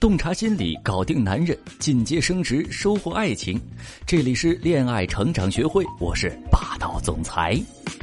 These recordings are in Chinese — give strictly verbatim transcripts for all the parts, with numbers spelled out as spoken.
洞察心理，搞定男人，进阶升职，收获爱情。这里是恋爱成长学会，我是霸道总裁。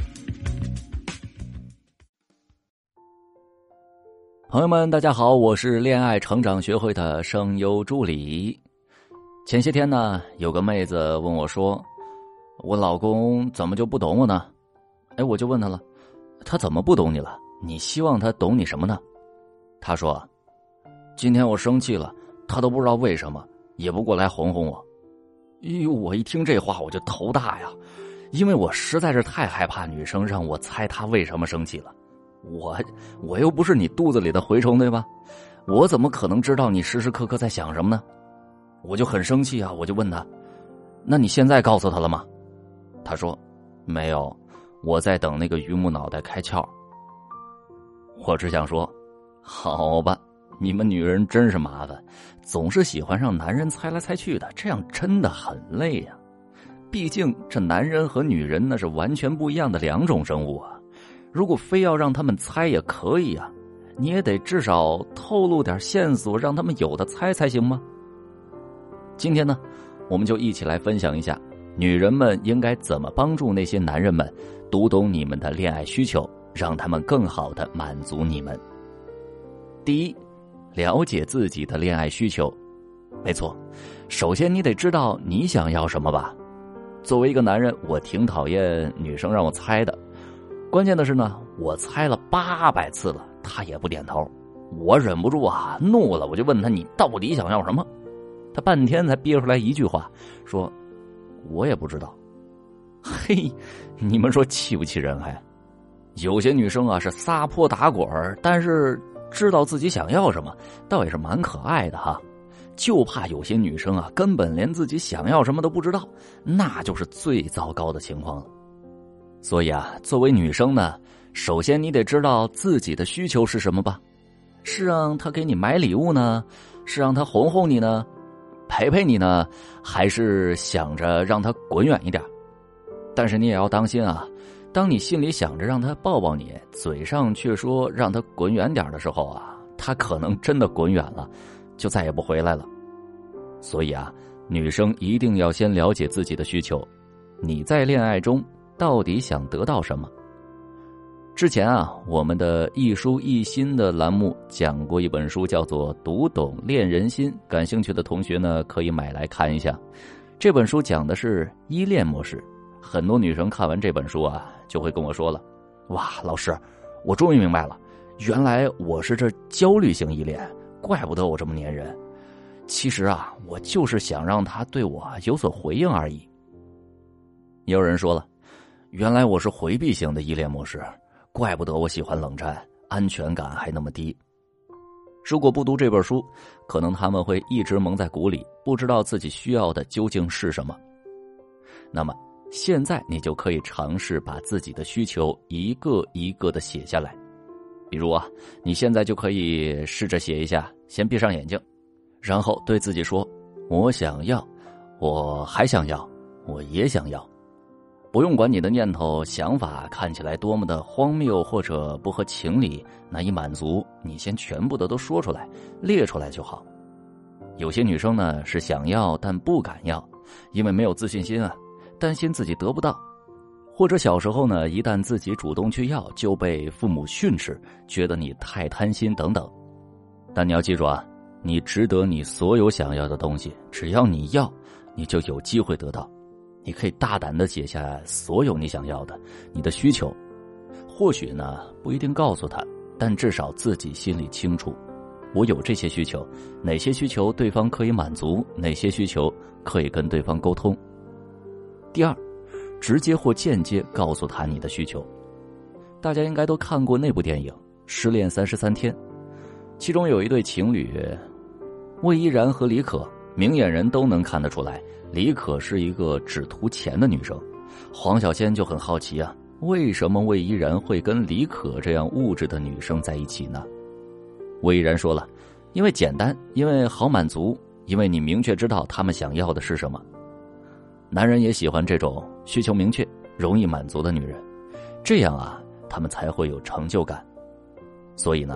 朋友们，大家好，我是恋爱成长学会的声优助理。前些天呢，有个妹子问我说，我老公怎么就不懂我呢？哎，我就问他了，他怎么不懂你了？你希望他懂你什么呢？他说，今天我生气了，他都不知道为什么，也不过来哄哄我。咦，我一听这话我就头大呀，因为我实在是太害怕女生让我猜她为什么生气了。我我又不是你肚子里的蛔虫，对吧？我怎么可能知道你时时刻刻在想什么呢？我就很生气啊，我就问他，那你现在告诉他了吗？他说没有，我在等那个榆木脑袋开窍。我只想说，好吧，你们女人真是麻烦，总是喜欢让男人猜来猜去的，这样真的很累呀。毕竟这男人和女人那是完全不一样的两种生物啊。如果非要让他们猜也可以啊，你也得至少透露点线索，让他们有的猜才行吗？今天呢，我们就一起来分享一下，女人们应该怎么帮助那些男人们读懂你们的恋爱需求，让他们更好的满足你们。第一，了解自己的恋爱需求。没错，首先你得知道你想要什么吧。作为一个男人，我挺讨厌女生让我猜的。关键的是呢，我猜了八百次了，他也不点头。我忍不住啊，怒了，我就问他，你到底想要什么？他半天才憋出来一句话，说我也不知道。嘿，你们说气不气人？还有些女生啊是撒泼打滚，但是知道自己想要什么，倒也是蛮可爱的哈。就怕有些女生啊根本连自己想要什么都不知道，那就是最糟糕的情况了。所以啊，作为女生呢，首先你得知道自己的需求是什么吧。是让他给你买礼物呢？是让他哄哄你呢？陪陪你呢？还是想着让他滚远一点？但是你也要当心啊，当你心里想着让他抱抱你，嘴上却说让他滚远点的时候啊，他可能真的滚远了，就再也不回来了。所以啊，女生一定要先了解自己的需求，你在恋爱中到底想得到什么？之前啊，我们的一书一心的栏目讲过一本书，叫做《读懂恋人心》，感兴趣的同学呢可以买来看一下。这本书讲的是依恋模式，很多女生看完这本书啊，就会跟我说了，哇，老师，我终于明白了，原来我是这焦虑型依恋，怪不得我这么粘人。其实啊，我就是想让他对我有所回应而已。也有人说了，原来我是回避型的依恋模式，怪不得我喜欢冷战，安全感还那么低。如果不读这本书，可能他们会一直蒙在鼓里，不知道自己需要的究竟是什么。那么现在你就可以尝试把自己的需求一个一个的写下来。比如啊，你现在就可以试着写一下，先闭上眼睛，然后对自己说，我想要，我还想要，我也想要。不用管你的念头想法看起来多么的荒谬或者不合情理难以满足，你先全部的都说出来，列出来就好。有些女生呢是想要但不敢要，因为没有自信心啊，担心自己得不到，或者小时候呢一旦自己主动去要就被父母训斥，觉得你太贪心等等。但你要记住啊，你值得你所有想要的东西，只要你要，你就有机会得到。你可以大胆地写下所有你想要的，你的需求，或许呢不一定告诉他，但至少自己心里清楚，我有这些需求，哪些需求对方可以满足，哪些需求可以跟对方沟通。第二，直接或间接告诉他你的需求。大家应该都看过那部电影《失恋三十三天》，其中有一对情侣，魏依然和李可，明眼人都能看得出来，李可是一个只图钱的女生。黄小仙就很好奇啊，为什么魏依然会跟李可这样物质的女生在一起呢？魏依然说了，因为简单，因为好满足，因为你明确知道他们想要的是什么。男人也喜欢这种需求明确、容易满足的女人，这样啊，他们才会有成就感。所以呢，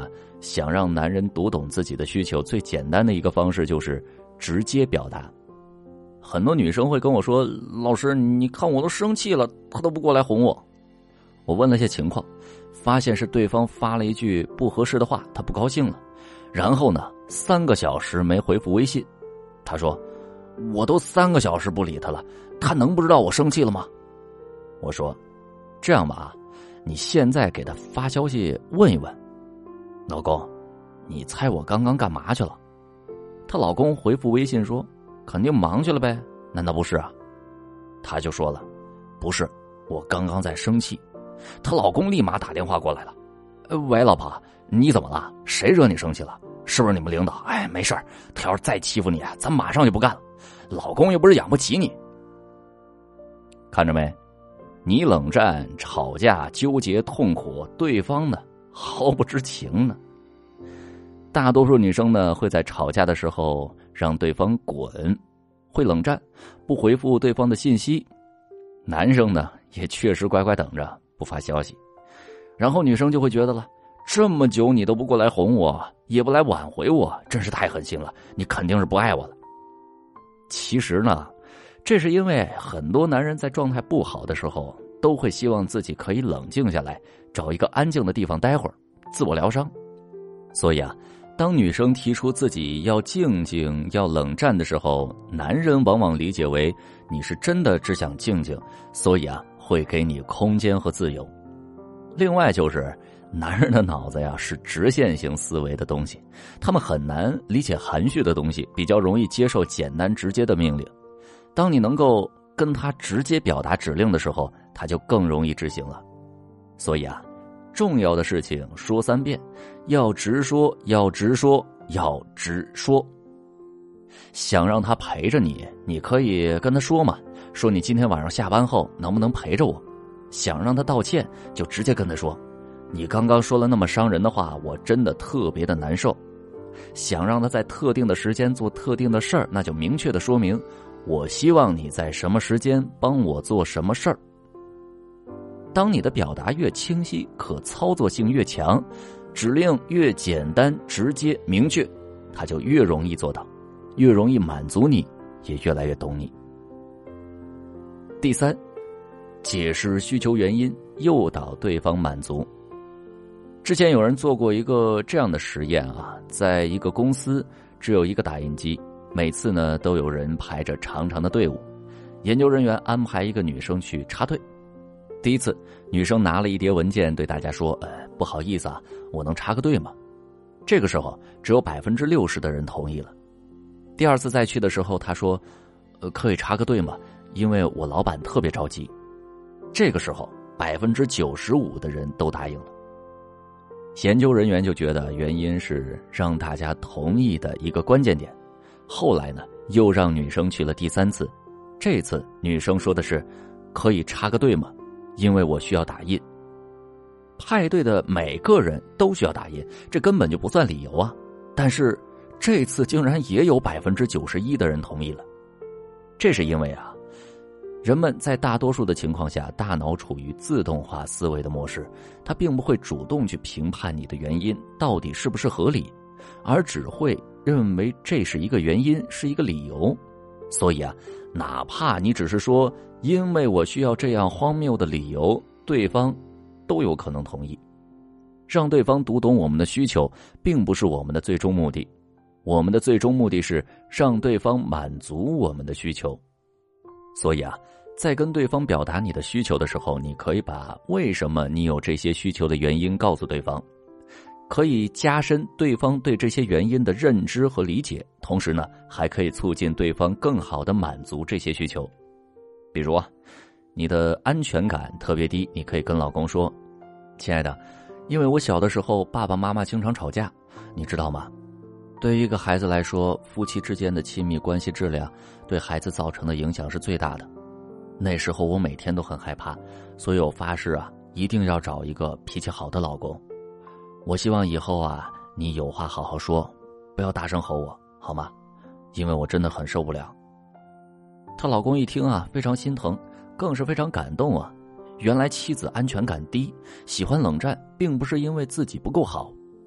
想让男人读懂自己的需求，最简单的一个方式就是直接表达。很多女生会跟我说，老师，你看我都生气了，他都不过来哄我。我问了些情况，发现是对方发了一句不合适的话，他不高兴了，然后呢三个小时没回复微信。他说，我都三个小时不理他了，他能不知道我生气了吗？我说，这样吧，你现在给他发消息问一问，老公，你猜我刚刚干嘛去了？她老公回复微信说，肯定忙去了呗，难道不是啊？她就说了，不是，我刚刚在生气。她老公立马打电话过来了，呃，喂，老婆，你怎么了？谁惹你生气了？是不是你们领导？哎，没事，他要是再欺负你，咱马上就不干了。老公又不是养不起你。看着没？你冷战、吵架、纠结、痛苦，对方呢毫不知情呢。大多数女生呢会在吵架的时候让对方滚，会冷战，不回复对方的信息。男生呢也确实乖乖等着不发消息，然后女生就会觉得了，这么久你都不过来哄我，也不来挽回我，真是太狠心了，你肯定是不爱我了。其实呢，这是因为很多男人在状态不好的时候都会希望自己可以冷静下来，找一个安静的地方待会儿，自我疗伤。所以啊，当女生提出自己要静静要冷战的时候，男人往往理解为你是真的只想静静，所以啊会给你空间和自由。另外就是男人的脑子呀是直线型思维的东西，他们很难理解含蓄的东西，比较容易接受简单直接的命令。当你能够跟他直接表达指令的时候，他就更容易执行了。所以啊，重要的事情说三遍，要直说，要直说，要直说。想让他陪着你，你可以跟他说嘛，说你今天晚上下班后能不能陪着我。想让他道歉，就直接跟他说，你刚刚说了那么伤人的话，我真的特别的难受。想让他在特定的时间做特定的事儿，那就明确的说明，我希望你在什么时间帮我做什么事儿。当你的表达越清晰，可操作性越强，指令越简单直接明确，他就越容易做到，越容易满足你，也越来越懂你。第三，解释需求原因，诱导对方满足。之前有人做过一个这样的实验啊，在一个公司只有一个打印机，每次呢都有人排着长长的队伍，研究人员安排一个女生去插队。第一次，女生拿了一叠文件对大家说，呃，不好意思啊，我能插个队吗？这个时候只有 百分之六十 的人同意了。第二次再去的时候，她说，呃，可以插个队吗？因为我老板特别着急。这个时候 百分之九十五 的人都答应了。研究人员就觉得原因是让大家同意的一个关键点。后来呢，又让女生去了第三次，这次女生说的是，可以插个队吗？因为我需要打印。派对的每个人都需要打印，这根本就不算理由啊。但是这次竟然也有 百分之九十一 的人同意了。这是因为啊，人们在大多数的情况下，大脑处于自动化思维的模式，它并不会主动去评判你的原因到底是不是合理，而只会认为这是一个原因，是一个理由。所以啊，哪怕你只是说因为我需要这样荒谬的理由，对方都有可能同意。让对方读懂我们的需求并不是我们的最终目的，我们的最终目的是让对方满足我们的需求。所以啊，在跟对方表达你的需求的时候，你可以把为什么你有这些需求的原因告诉对方，可以加深对方对这些原因的认知和理解，同时呢，还可以促进对方更好地满足这些需求。比如啊，你的安全感特别低，你可以跟老公说，亲爱的，因为我小的时候爸爸妈妈经常吵架，你知道吗？对于一个孩子来说，夫妻之间的亲密关系质量对孩子造成的影响是最大的。那时候我每天都很害怕，所以我发誓啊，一定要找一个脾气好的老公。我希望以后啊，你有话好好说，不要大声吼我，好吗？因为我真的很受不了。她老公一听啊，非常心疼，更是非常感动啊。原来妻子安全感低，喜欢冷战，并不是因为自己不够好，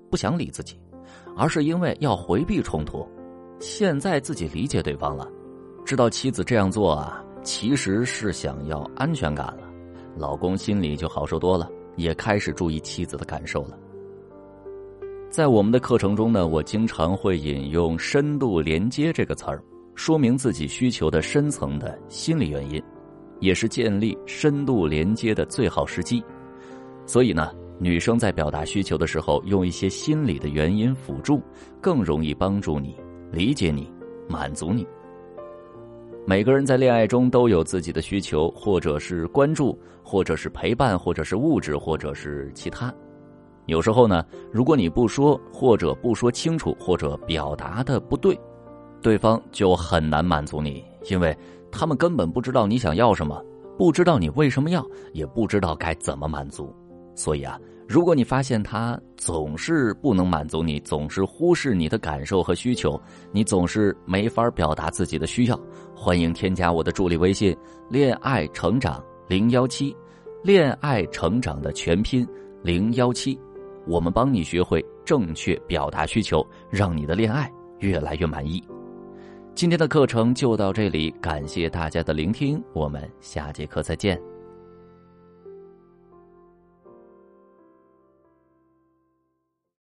不想理自己，而是因为要回避冲突。现在自己理解对方了，知道妻子这样做啊，其实是想要安全感了，老公心里就好受多了，也开始注意妻子的感受了。在我们的课程中呢，我经常会引用深度连接这个词儿，说明自己需求的深层的心理原因，也是建立深度连接的最好时机。所以呢，女生在表达需求的时候，用一些心理的原因辅助，更容易帮助你理解你，满足你。每个人在恋爱中都有自己的需求，或者是关注，或者是陪伴，或者是物质，或者是其他。有时候呢，如果你不说，或者不说清楚，或者表达的不对，对方就很难满足你，因为他们根本不知道你想要什么，不知道你为什么要，也不知道该怎么满足。所以啊，如果你发现他总是不能满足你，总是忽视你的感受和需求，你总是没法表达自己的需要，欢迎添加我的助理微信恋爱成长零一七，恋爱成长的全拼零一七，我们帮你学会正确表达需求，让你的恋爱越来越满意。今天的课程就到这里，感谢大家的聆听，我们下节课再见。